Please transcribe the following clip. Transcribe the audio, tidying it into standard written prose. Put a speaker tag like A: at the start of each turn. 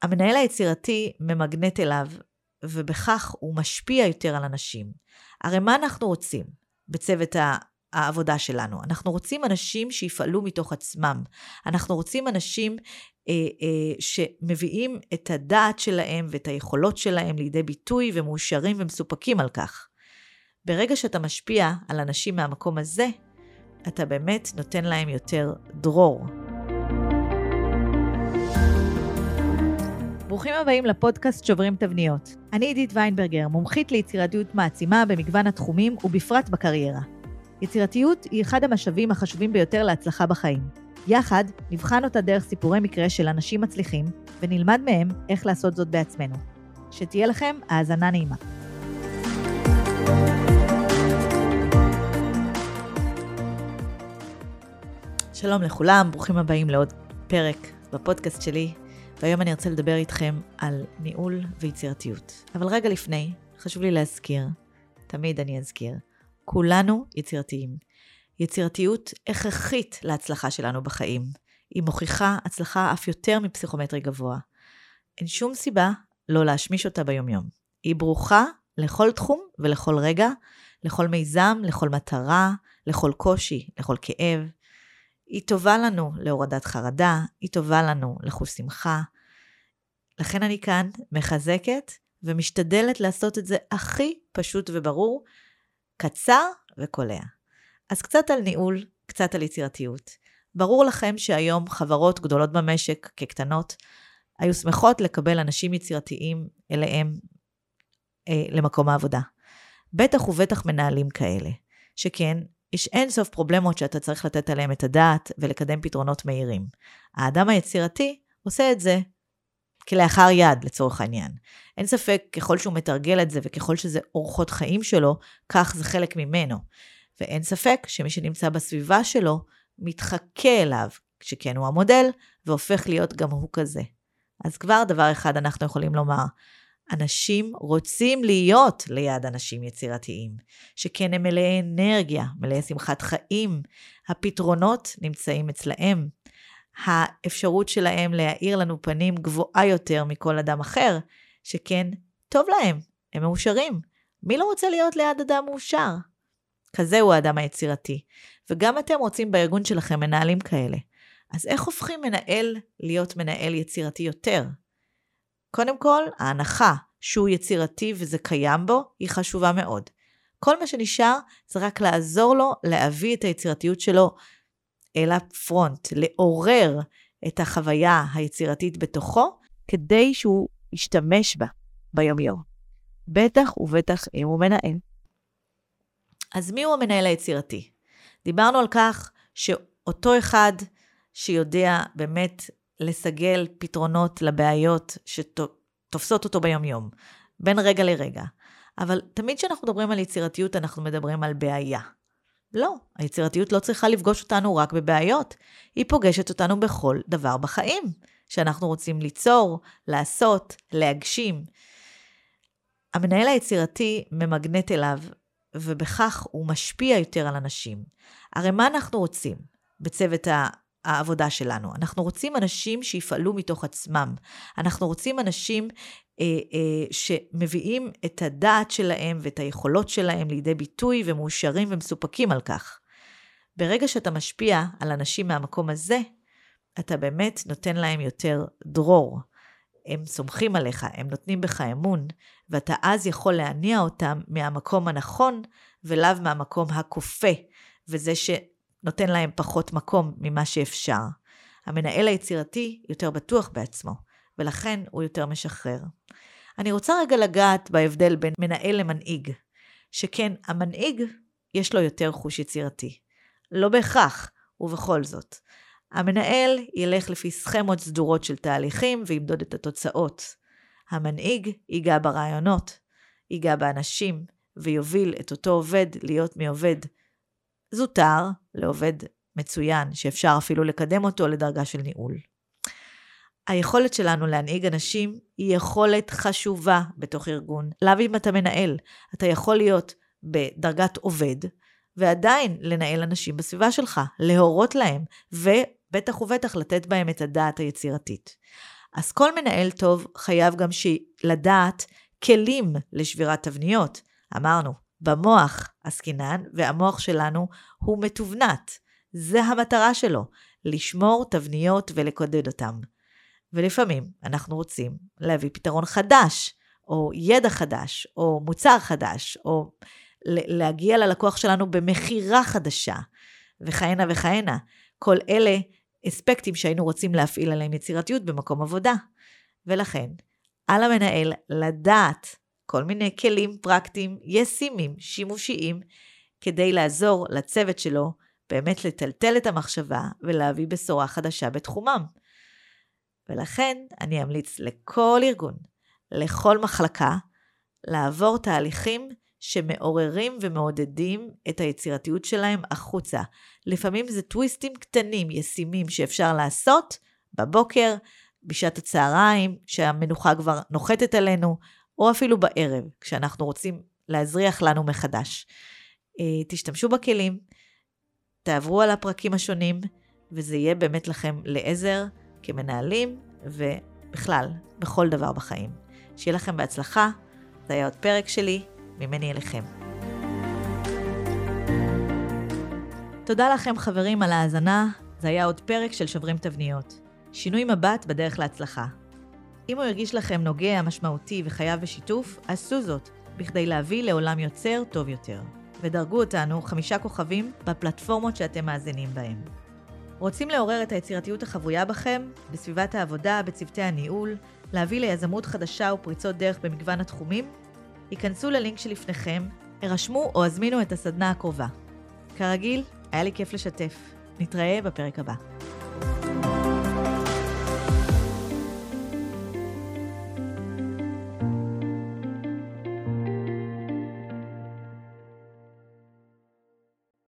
A: המנהל היצירתי ממגנט אליו, ובכך הוא משפיע יותר על אנשים. הרי מה אנחנו רוצים בצוות העבודה שלנו? אנחנו רוצים אנשים שיפעלו מתוך עצמם. אנחנו רוצים אנשים שמביאים את הדעת שלהם ואת היכולות שלהם לידי ביטוי ומאושרים ומסופקים על כך. ברגע שאתה משפיע על אנשים מהמקום הזה, אתה באמת נותן להם יותר דרור. ברוכים הבאים לפודקאסט שוברים תבניות. אני עידית ויינברגר, מומחית ליצירתיות מעצימה במגוון התחומים ובפרט בקריירה. יצירתיות היא אחד המשאבים החשובים ביותר להצלחה בחיים. יחד נבחן אותה דרך סיפורי מקרה של אנשים מצליחים ונלמד מהם איך לעשות זאת בעצמנו. שתהיה לכם האזנה נעימה. שלום לכולם, ברוכים הבאים לעוד פרק בפודקאסט שלי. והיום אני ארצה לדבר איתכם על ניהול ויצירתיות. אבל רגע לפני, חשוב לי להזכיר, תמיד אני אזכיר, כולנו יצירתיים. יצירתיות הכרחית להצלחה שלנו בחיים. היא מוכיחה הצלחה אף יותר מפסיכומטרי גבוה. אין שום סיבה לא להשמיש אותה ביומיום. היא ברוכה לכל תחום ולכל רגע, לכל מיזם, לכל מטרה, לכל קושי, לכל כאב. היא טובה לנו להורדת חרדה, היא טובה לנו לחוש שמחה. לכן אני כאן מחזקת ומשתדלת לעשות את זה הכי פשוט וברור, קצר וקולע. אז קצת על ניהול, קצת על יצירתיות. ברור לכם שהיום חברות גדולות במשק כקטנות, היו שמחות לקבל אנשים יצירתיים אליהם למקום העבודה. בטח ובטח מנהלים כאלה, שכן, יש אין סוף פרובלמות שאתה צריך לתת עליהם את הדעת ולקדם פתרונות מהירים. האדם היצירתי עושה את זה כלאחר יד לצורך העניין. אין ספק ככל שהוא מתרגל את זה וככל שזה אורחות חיים שלו, כך זה חלק ממנו. ואין ספק שמי שנמצא בסביבה שלו מתחכה אליו, שכן הוא המודל והופך להיות גם הוא כזה. אז כבר דבר אחד אנחנו יכולים לומר, אנשים רוצים להיות ליד אנשים יצירתיים, שכן הם מלאי אנרגיה, מלאי שמחת חיים, הפתרונות נמצאים אצלהם, האפשרות שלהם להאיר לנו פנים גבוהה יותר מכל אדם אחר, שכן טוב להם, הם מאושרים. מי לא רוצה להיות ליד אדם מאושר? כזה הוא האדם היצירתי, וגם אתם רוצים בארגון שלכם מנהלים כאלה. אז איך הופכים מנהל להיות מנהל יצירתי יותר? קודם כל, ההנחה שהוא יצירתי וזה קיים בו, היא חשובה מאוד. כל מה שנשאר זה רק לעזור לו להביא את היצירתיות שלו אל הפרונט, לעורר את החוויה היצירתית בתוכו, כדי שהוא ישתמש בה ביום-יום. בטח ובטח אם הוא מנהל. אז מי הוא המנהל היצירתי? דיברנו על כך שאותו אחד שיודע באמת לסגל פתרונות לבעיות שתופסות אותו ביום-יום, בין רגע לרגע. אבל תמיד כשאנחנו מדברים על יצירתיות, אנחנו מדברים על בעיה. לא, היצירתיות לא צריכה לפגוש אותנו רק בבעיות. היא פוגשת אותנו בכל דבר בחיים, שאנחנו רוצים ליצור, לעשות, להגשים. המנהל היצירתי ממגנט אליו, ובכך הוא משפיע יותר על אנשים. הרי מה אנחנו רוצים בצוות העבודה שלנו? אנחנו רוצים אנשים שיפעלו מתוך עצמם. אנחנו רוצים אנשים שמביאים את הדעת שלהם ואת היכולות שלהם לידי ביטוי ומאושרים ומסופקים על כך. ברגע שאתה משפיע על אנשים מהמקום הזה, אתה באמת נותן להם יותר דרור. הם סומכים עליך, הם נותנים בך אמון, ואתה אז יכול להניע אותם מהמקום הנכון ולאו מהמקום הכופה, וזה שנותן להם פחות מקום ממה שאפשר. המנהל היצירתי יותר בטוח בעצמו, ולכן הוא יותר משחרר. אני רוצה רגע לגעת בהבדל בין מנהל למנהיג, שכן המנהיג יש לו יותר חוש יצירתי. לא בהכרח, ובכל זאת. המנהל ילך לפי סכמות סדורות של תהליכים וימדוד את התוצאות. המנהיג ייגע ברעיונות, ייגע באנשים ויוביל את אותו עובד להיות מעובד זוטר לעובד מצוין, שאפשר אפילו לקדם אותו לדרגה של ניהול. היכולת שלנו להנהיג אנשים היא יכולת חשובה בתוך ארגון. לאו אם אתה מנהל, אתה יכול להיות בדרגת עובד, ועדיין לנהל אנשים בסביבה שלך, להורות להם, ובטח ובטח לתת בהם את הדעת היצירתית. אז כל מנהל טוב חייב גם לדעת כלים לשבירת תבניות. אמרנו, במוח עסקינן, והמוח שלנו הוא מתובנת. זה המטרה שלו, לשמור תבניות ולקודד אותם. ולפעמים אנחנו רוצים להביא פתרון חדש, או ידע חדש, או מוצר חדש, או להגיע ללקוח שלנו במחירה חדשה, וכהנה וכהנה. כל אלה אספקטים שהיינו רוצים להפעיל עליהם יצירתיות במקום עבודה. ולכן, על המנהל לדעת כל מיני כלים פרקטיים, ישימים, שימושיים, כדי לעזור לצוות שלו באמת לטלטל את המחשבה ולהביא בשורה חדשה בתחומם. ולכן אני אמליץ לכל ארגון, לכל מחלקה, לעבור תהליכים שמעוררים ומעודדים את היצירתיות שלהם החוצה. לפעמים זה טוויסטים קטנים, ישימים, שאפשר לעשות בבוקר, בשעת הצהריים, שהמנוחה כבר נוחתת עלינו, או אפילו בערב, כשאנחנו רוצים להזריח לנו מחדש. תשתמשו בכלים, תעברו על הפרקים השונים, וזה יהיה באמת לכם לעזר כמנהלים, ובכלל, בכל דבר בחיים. שיהיה לכם בהצלחה, זה היה עוד פרק שלי, ממני אליכם. תודה לכם חברים על ההאזנה, זה היה עוד פרק של שוברים תבניות. שינוי מבט בדרך להצלחה. אם הוא הרגיש לכם נוגע, משמעותי וחייב בשיתוף, עשו זאת, בכדי להביא לעולם יוצר טוב יותר. ודרגו אותנו 5 כוכבים בפלטפורמות שאתם מאזינים בהם. רוצים לעורר את היצירתיות החבויה בכם, בסביבת העבודה, בצוותי הניהול, להביא ליזמות חדשה ופריצות דרך במגוון התחומים? היכנסו ללינק שלפניכם, הרשמו או הזמינו את הסדנה הקרובה. כרגיל, היה לי כיף לשתף. נתראה בפרק הבא.